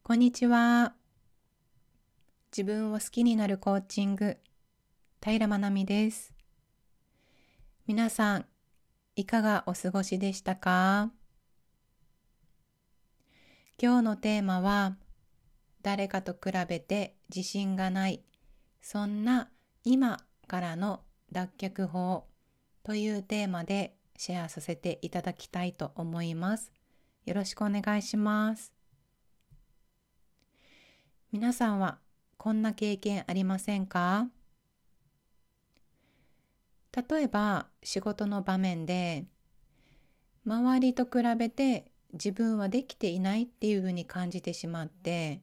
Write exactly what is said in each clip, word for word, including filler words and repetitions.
こんにちは。自分を好きになるコーチング、平まなみです。皆さん、いかがお過ごしでしたか？今日のテーマは、誰かと比べて自信がない、そんな今からの脱却法というテーマでシェアさせていただきたいと思います。よろしくお願いします。皆さんはこんな経験ありませんか？例えば仕事の場面で周りと比べて自分はできていないっていうふうに感じてしまって、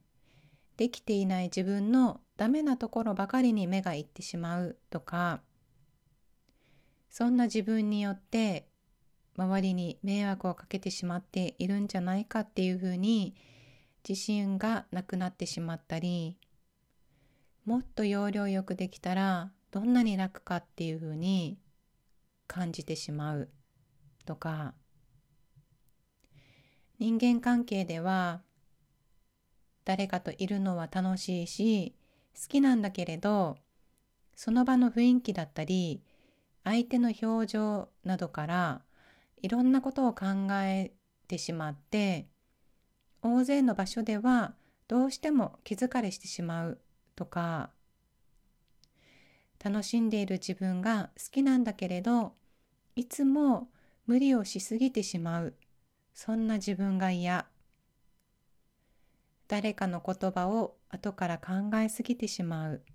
できていない自分のダメなところばかりに目がいってしまうとか、そんな自分によって周りに迷惑をかけてしまっているんじゃないかっていうふうに自信がなくなってしまったり、もっと要領よくできたらどんなに楽かっていうふうに感じてしまうとか、人間関係では誰かといるのは楽しいし好きなんだけれど、その場の雰囲気だったり相手の表情などからいろんなことを考えてしまって、大勢の場所ではどうしても気疲れしてしまうとか、楽しんでいる自分が好きなんだけれどいつも無理をしすぎてしまう、そんな自分が嫌、誰かの言葉を後から考えすぎてしまう、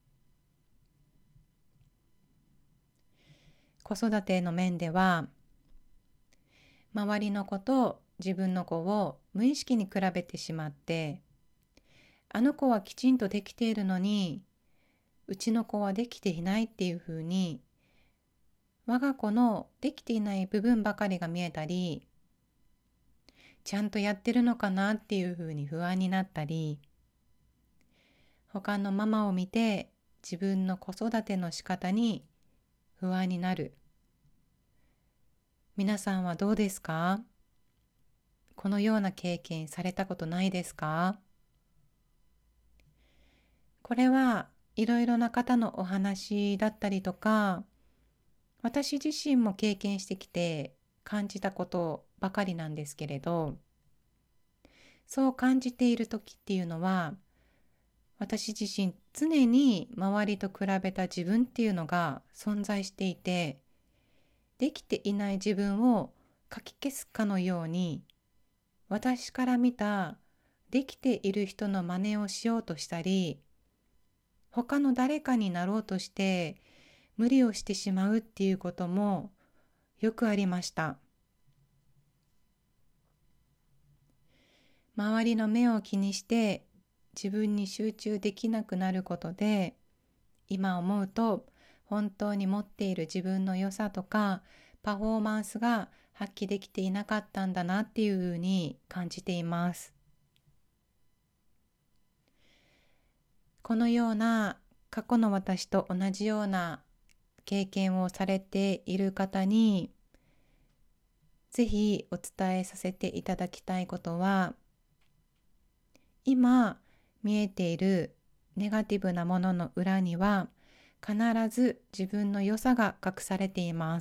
子育ての面では周りの子と自分の子を無意識に比べてしまって、あの子はきちんとできているのにうちの子はできていないっていうふうに、我が子のできていない部分ばかりが見えたり、ちゃんとやってるのかなっていうふうに不安になったり、他のママを見て自分の子育ての仕方に不安になる。皆さんはどうですか？このような経験されたことないですか？これはいろいろな方のお話だったりとか、私自身も経験してきて感じたことばかりなんですけれど、そう感じている時っていうのは、私自身常に周りと比べた自分っていうのが存在していて、できていない自分をかき消すかのように、私から見たできている人の真似をしようとしたり、他の誰かになろうとして無理をしてしまうっていうこともよくありました。周りの目を気にして自分に集中できなくなることで、今思うと本当に持っている自分の良さとかパフォーマンスが発揮できていなかったんだなっていうふうに感じています。このような過去の私と同じような経験をされている方にぜひお伝えさせていただきたいことは、今見えているネガティブなものの裏には必ず自分の良さが隠されています。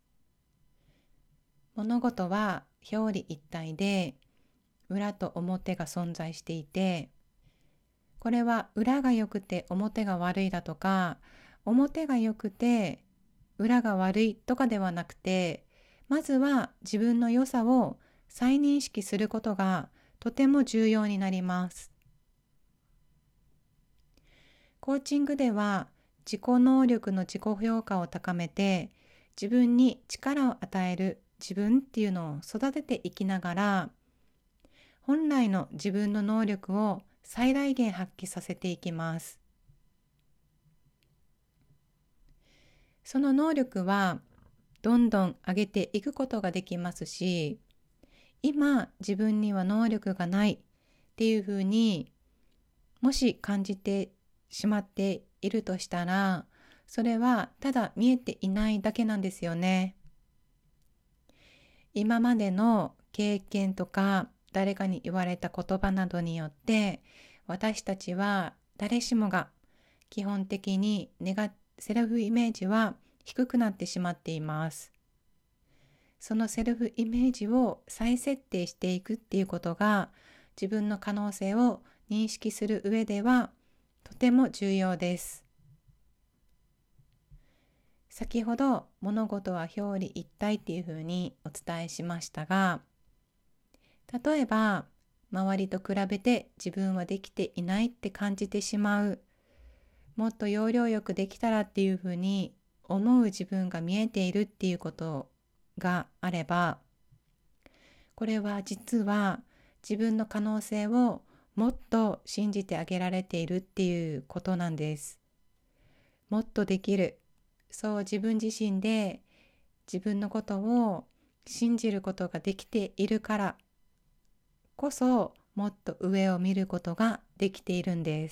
物事は表裏一体で裏と表が存在していて、これは裏が良くて表が悪いだとか、表が良くて裏が悪いとかではなくて、まずは自分の良さを再認識することがとても重要になります。コーチングでは自己能力の自己評価を高めて、自分に力を与える自分っていうのを育てていきながら、本来の自分の能力を最大限発揮させていきます。その能力はどんどん上げていくことができますし、今自分には能力がないっていうふうにもし感じてしまっているとしたら、それはただ見えていないだけなんですよね。今までの経験とか誰かに言われた言葉などによって、私たちは誰しもが基本的にネガセルフイメージは低くなってしまっています。そのセルフイメージを再設定していくっていうことが、自分の可能性を認識する上ではとても重要です。先ほど物事は表裏一体っていうふうにお伝えしましたが、例えば周りと比べて自分はできていないって感じてしまう、もっと要領よくできたらっていうふうに思う自分が見えているっていうことがあれば、これは実は自分の可能性をもっと信じてあげられているっていうことなんです。もっとできる、そう自分自身で自分のことを信じることができているからこそ、もっと上を見ることができているんです。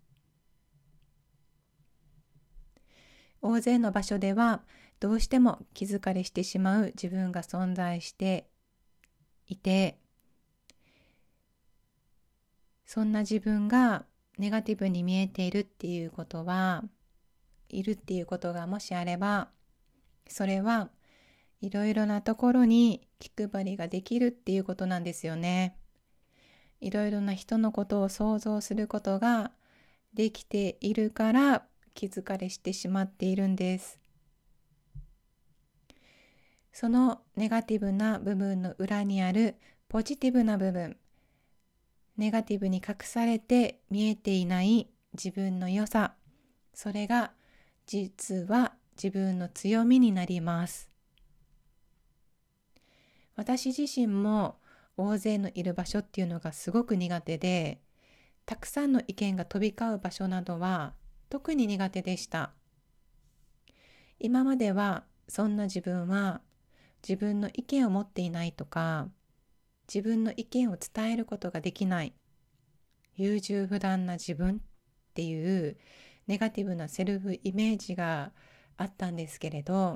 大勢の場所ではどうしても気疲れしてしまう自分が存在していて、そんな自分がネガティブに見えているっていうことはいるっていうことがもしあれば、それはいろいろなところに気配りができるっていうことなんですよね。いろいろな人のことを想像することができているから気疲れしてしまっているんです。そのネガティブな部分の裏にあるポジティブな部分、ネガティブに隠されて見えていない自分の良さ、それが実は自分の強みになります。私自身も大勢のいる場所っていうのがすごく苦手で、たくさんの意見が飛び交う場所などは特に苦手でした。今まではそんな自分は自分の意見を持っていないとか、自分の意見を伝えることができない、優柔不断な自分っていうネガティブなセルフイメージがあったんですけれど、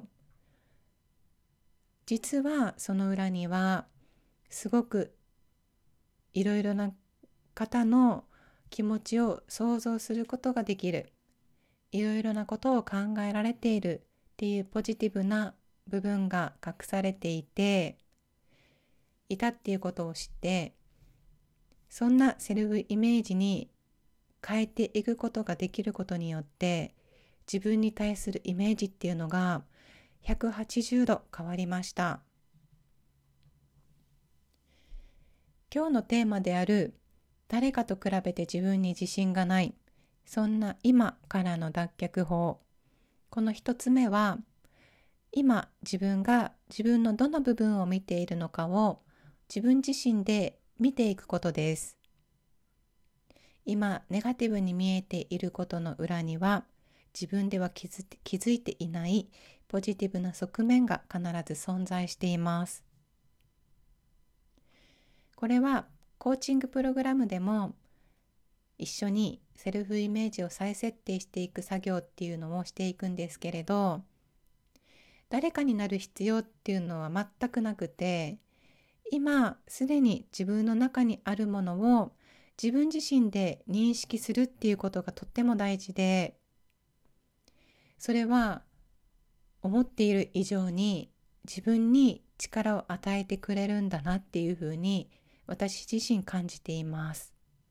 実はその裏にはすごくいろいろな方の気持ちを想像することができる、いろいろなことを考えられているっていうポジティブな部分が隠されていていたっていうことを知って、そんなセルフイメージに変えていくことができることによって、自分に対するイメージっていうのがひゃくはちじゅうど変わりました。今日のテーマである誰かと比べて自分に自信がない、そんな今からの脱却法。この一つ目は、今自分が自分のどの部分を見ているのかを自分自身で見ていくことです。今ネガティブに見えていることの裏には、自分では気づて気づいていないポジティブな側面が必ず存在しています。これはコーチングプログラムでも一緒にセルフイメージを再設定していく作業っていうのをしていくんですけれど、誰かになる必要っていうのは全くなくて、今すでに自分の中にあるものを自分自身で認識するっていうことがとっても大事で、それは思っている以上に自分に力を与えてくれるんだなっていうふうに私自身感じています。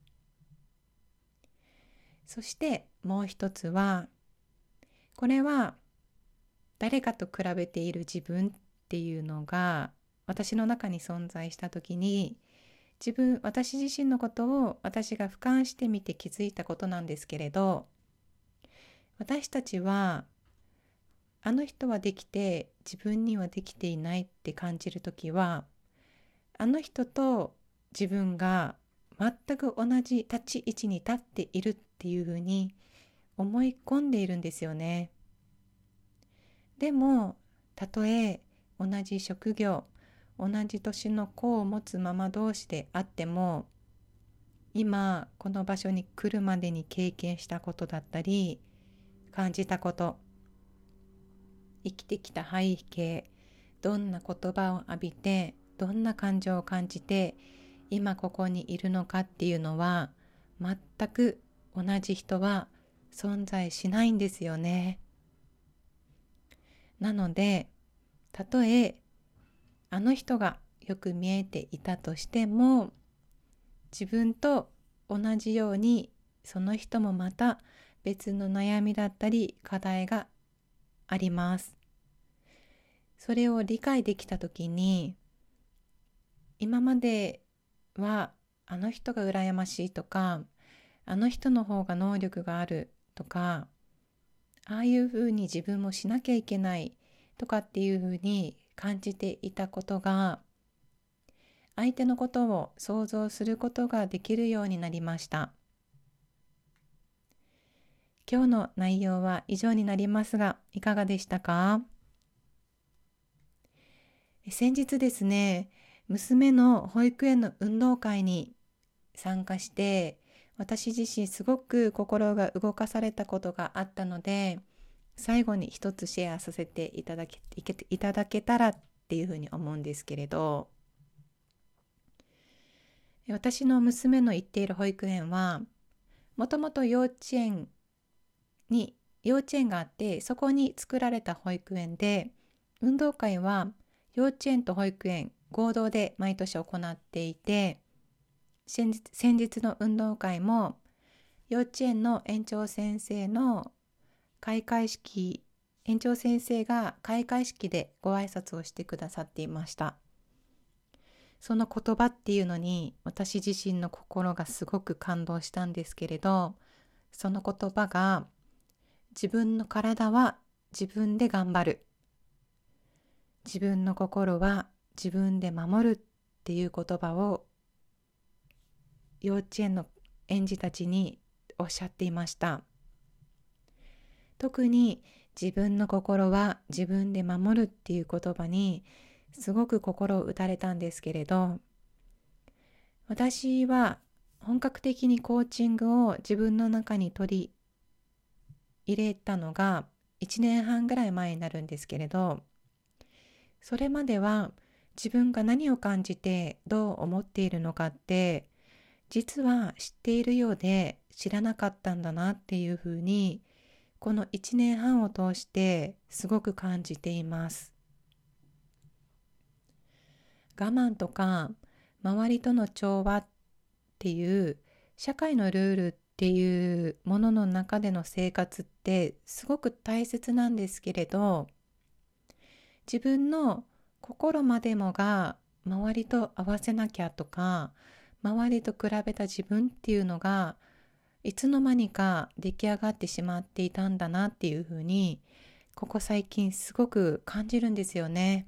そしてもう一つは、これは誰かと比べている自分っていうのが私の中に存在したときに、自分、私自身のことを私が俯瞰してみて気づいたことなんですけれど、私たちはあの人はできて自分にはできていないって感じるときは、あの人と自分が全く同じ立ち位置に立っているっていうふうに思い込んでいるんですよね。でもたとえ同じ職業、同じ年の子を持つママ同士であっても、今この場所に来るまでに経験したことだったり感じたこと、生きてきた背景、どんな言葉を浴びてどんな感情を感じて今ここにいるのかっていうのは、全く同じ人は存在しないんですよね。なので、たとえあの人がよく見えていたとしても、自分と同じようにその人もまた別の悩みだったり課題があります。それを理解できたときに、今まではあの人が羨ましいとか、あの人の方が能力があるとか、ああいうふうに自分もしなきゃいけないとかっていうふうに感じていたことが、相手のことを想像することができるようになりました。今日の内容は以上になりますが、いかがでしたか？先日ですね、娘の保育園の運動会に参加して、私自身すごく心が動かされたことがあったので、最後に一つシェアさせていただけ、いただけたらっていうふうに思うんですけれど、私の娘の行っている保育園は、もともと幼稚園に、幼稚園があって、そこに作られた保育園で、運動会は幼稚園と保育園合同で毎年行っていて、先日、先日の運動会も幼稚園の園長先生の開会式、園長先生が開会式でご挨拶をしてくださっていました。その言葉っていうのに私自身の心がすごく感動したんですけれど、その言葉が、自分の体は自分で頑張る、自分の心は自分で守るっていう言葉を幼稚園の園児たちにおっしゃっていました。特に自分の心は自分で守るっていう言葉にすごく心を打たれたんですけれど、私は本格的にコーチングを自分の中に取り入れたのがいちねんはんぐらい前になるんですけれど、それまでは自分が何を感じてどう思っているのかって実は知っているようで知らなかったんだなっていうふうに、このいちねんはんを通してすごく感じています。我慢とか周りとの調和っていう社会のルールっていうものの中での生活ってすごく大切なんですけれど、自分の心までもが周りと合わせなきゃとか、周りと比べた自分っていうのがいつの間にか出来上がってしまっていたんだなっていうふうに、ここ最近すごく感じるんですよね。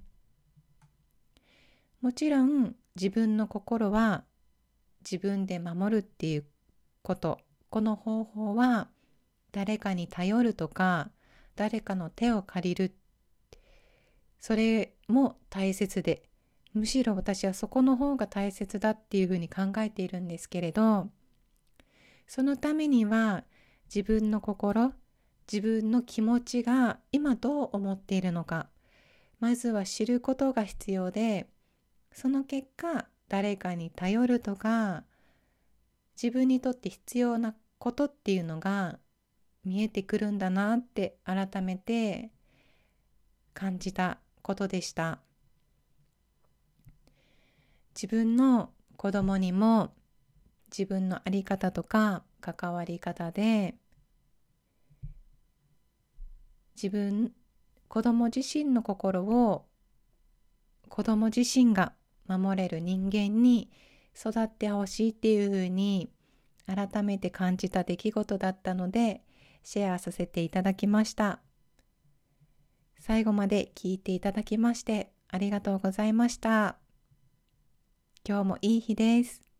もちろん自分の心は自分で守るっていうこと、この方法は誰かに頼るとか誰かの手を借りる、それも大切で、むしろ私はそこの方が大切だっていうふうに考えているんですけれど、そのためには自分の心、自分の気持ちが今どう思っているのか、まずは知ることが必要で、その結果誰かに頼るとか自分にとって必要なことっていうのが見えてくるんだなって改めて感じたことでした。自分の子供にも自分の在り方とか関わり方で、自分、子供自身の心を子供自身が守れる人間に育ってほしいっていうふうに改めて感じた出来事だったのでシェアさせていただきました。最後まで聞いていただきましてありがとうございました。今日もいい日です。